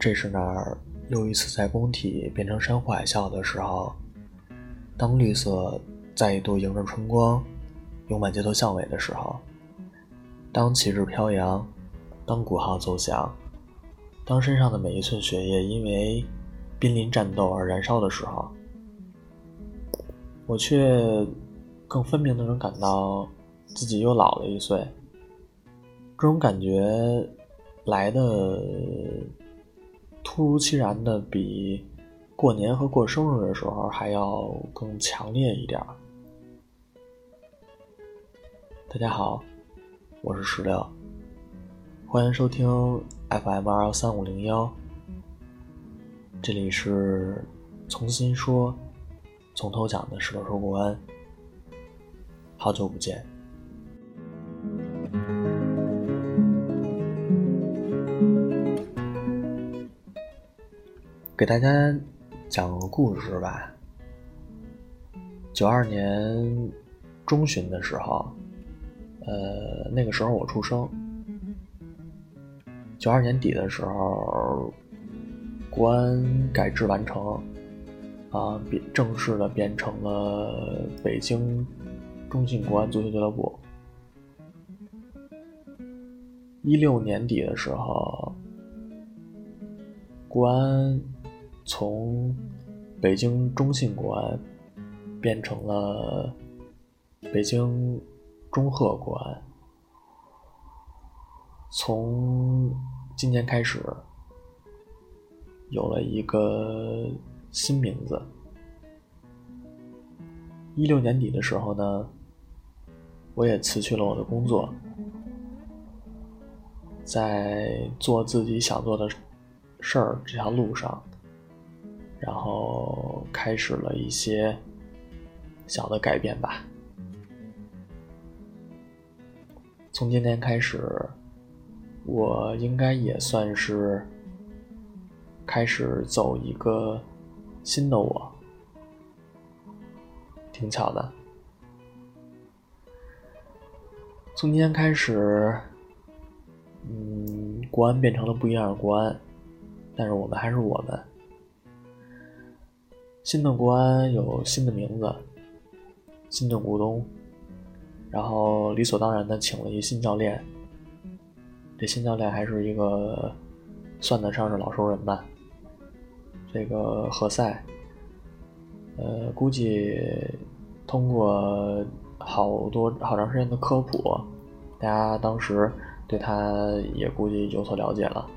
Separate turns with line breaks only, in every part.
这是那儿又一次在工体变成山呼海啸的时候，当绿色再一度迎着春光涌满街头巷尾的时候，当旗帜飘扬，当鼓号奏响，当身上的每一寸血液因为濒临战斗而燃烧的时候，我却更分明地能感到自己又老了一岁。这种感觉来的突如其然的比过年和过生日的时候还要更强烈一点。大家好，我是石榴，欢迎收听 FM23501，这里是从新说从头讲的石榴说国安，好久不见。给大家讲个故事吧。92年中旬的时候，那个时候我出生。92年底的时候，国安改制完成，正式的变成了北京中信国安足球俱乐部。16年底的时候，国安从北京中信国安变成了北京中赫国安。从今年开始有了一个新名字。16年底的时候呢，我也辞去了我的工作，在做自己想做的事儿这条路上，然后开始了一些小的改变吧。从今天开始，我应该也算是开始走一个新的我，挺巧的。从今天开始，国安变成了不一样的国安，但是我们还是我们。新的国安有新的名字，新的股东，然后理所当然的请了一新教练。这新教练还是一个算得上是老熟人吧。这个何塞，估计通过好长时间的科普，大家当时对他也估计有所了解了。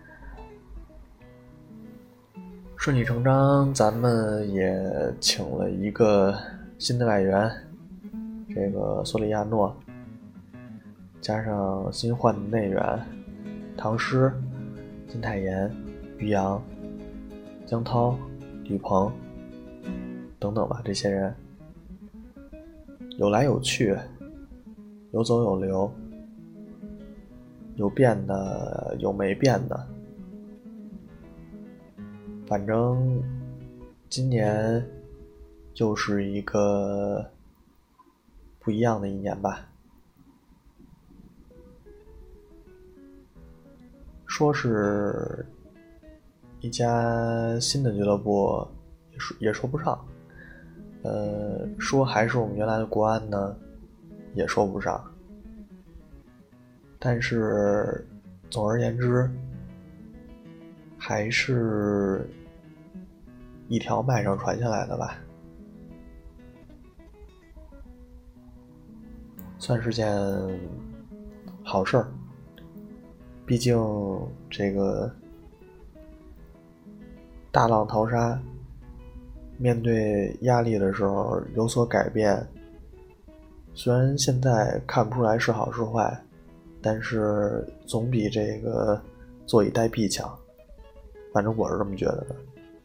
顺理成章，咱们也请了一个新的外援，这个索里亚诺，加上新换的内援唐诗、金泰妍、于洋、江涛、吕鹏等等吧，这些人有来有去，有走有留，有变的有没变的。反正今年又是一个不一样的一年吧。说是一家新的俱乐部也说不上，说还是我们原来的国安呢，也说不上。但是总而言之，还是一条脉上传下来的吧，算是件好事儿。毕竟这个大浪淘沙，面对压力的时候有所改变，虽然现在看不出来是好是坏，但是总比这个坐以待毙强，反正我是这么觉得的。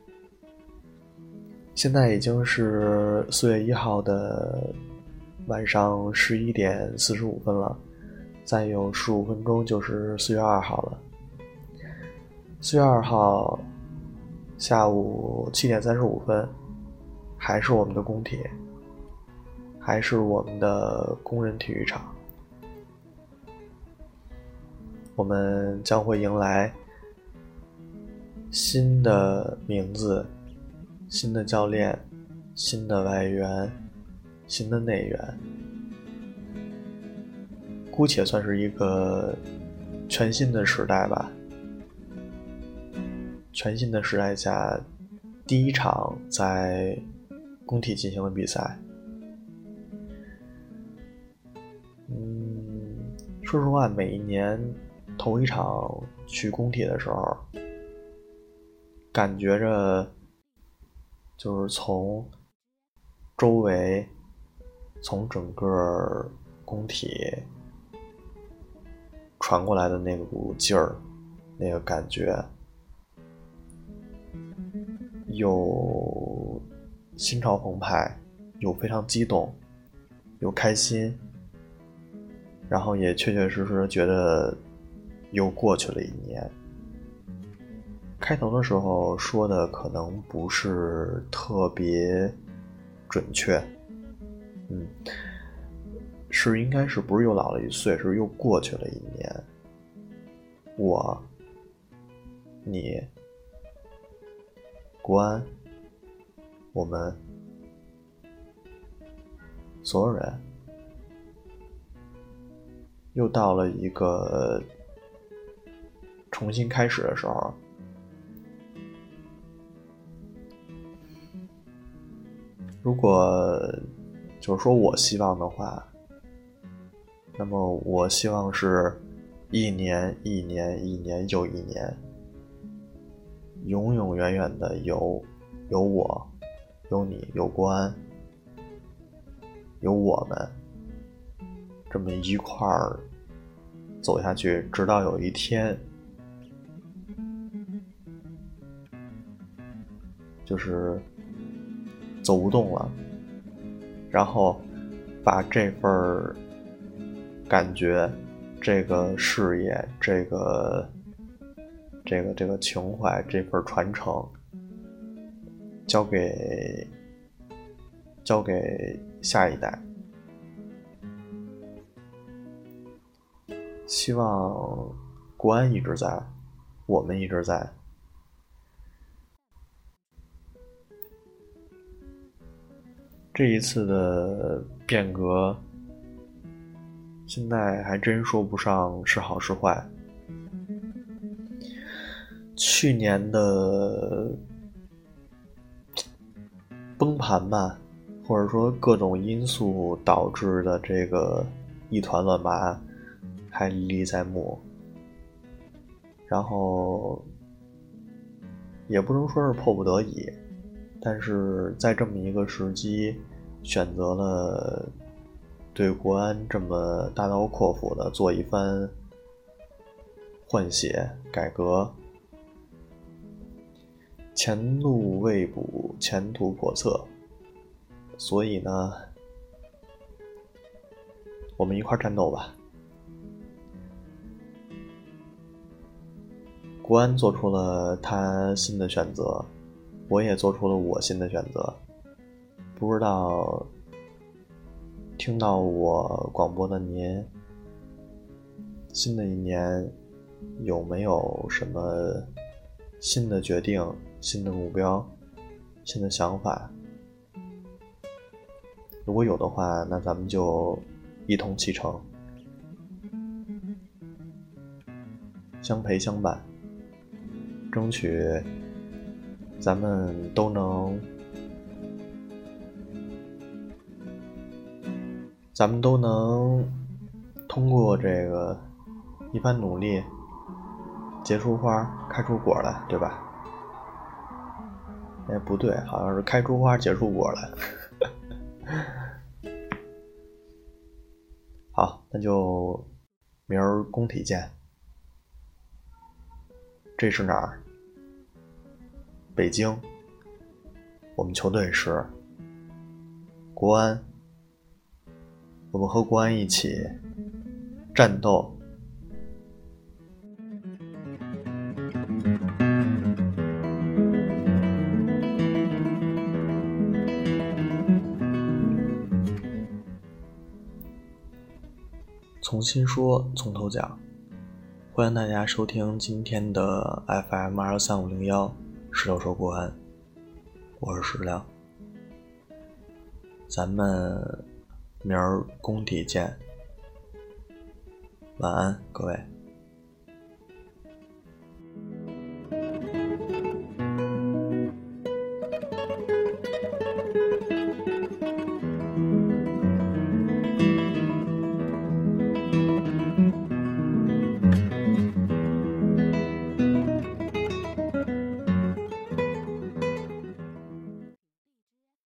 现在已经是4月1号的晚上11点45分了，再有15分钟就是4月2号了。4月2号下午7点35分，还是我们的工体，还是我们的工人体育场。我们将会迎来新的名字，新的教练，新的外援，新的内援，姑且算是一个全新的时代吧。全新的时代下，第一场在工体进行了比赛。说实话，每一年头一场去工体的时候，感觉着就是从周围，从整个工体传过来的那股劲儿，那个感觉，有心潮澎湃，有非常激动，有开心，然后也确确实实觉得又过去了一年。开头的时候说的可能不是特别准确，是应该是不是又老了1岁，是又过去了一年。我、你、国安，我们所有人又到了一个重新开始的时候。如果就是说我希望的话，那么我希望是一年一年一年又一年，永永远远的有我，有你，有国安，有我们，这么一块儿走下去，直到有一天，就是走不动了，然后把这份感觉，这个事业，这个情怀，这份传承交给下一代。希望国安一直在，我们一直在。这一次的变革，现在还真说不上是好是坏。去年的崩盘吧，或者说各种因素导致的这个一团乱麻还历历在目，然后也不能说是迫不得已，但是在这么一个时机选择了对国安这么大刀阔斧的做一番换血改革，前路未卜，前途叵测，所以呢，我们一块战斗吧。国安做出了他新的选择，我也做出了我新的选择。不知道听到我广播的您，新的一年有没有什么新的决定、新的目标、新的想法？如果有的话，那咱们就一同启程，相陪相伴，争取咱们都能通过这个一番努力结出花开出果来，对吧？不对，好像是开出花结出果来。好，那就明儿工体见。这是哪儿？北京。我们球队是国安，我们和国安一起战斗。重新说，从头讲。 欢迎大家收听今天的 FM23501石榴说国安，我是石榴，咱们明儿工体见，晚安各位。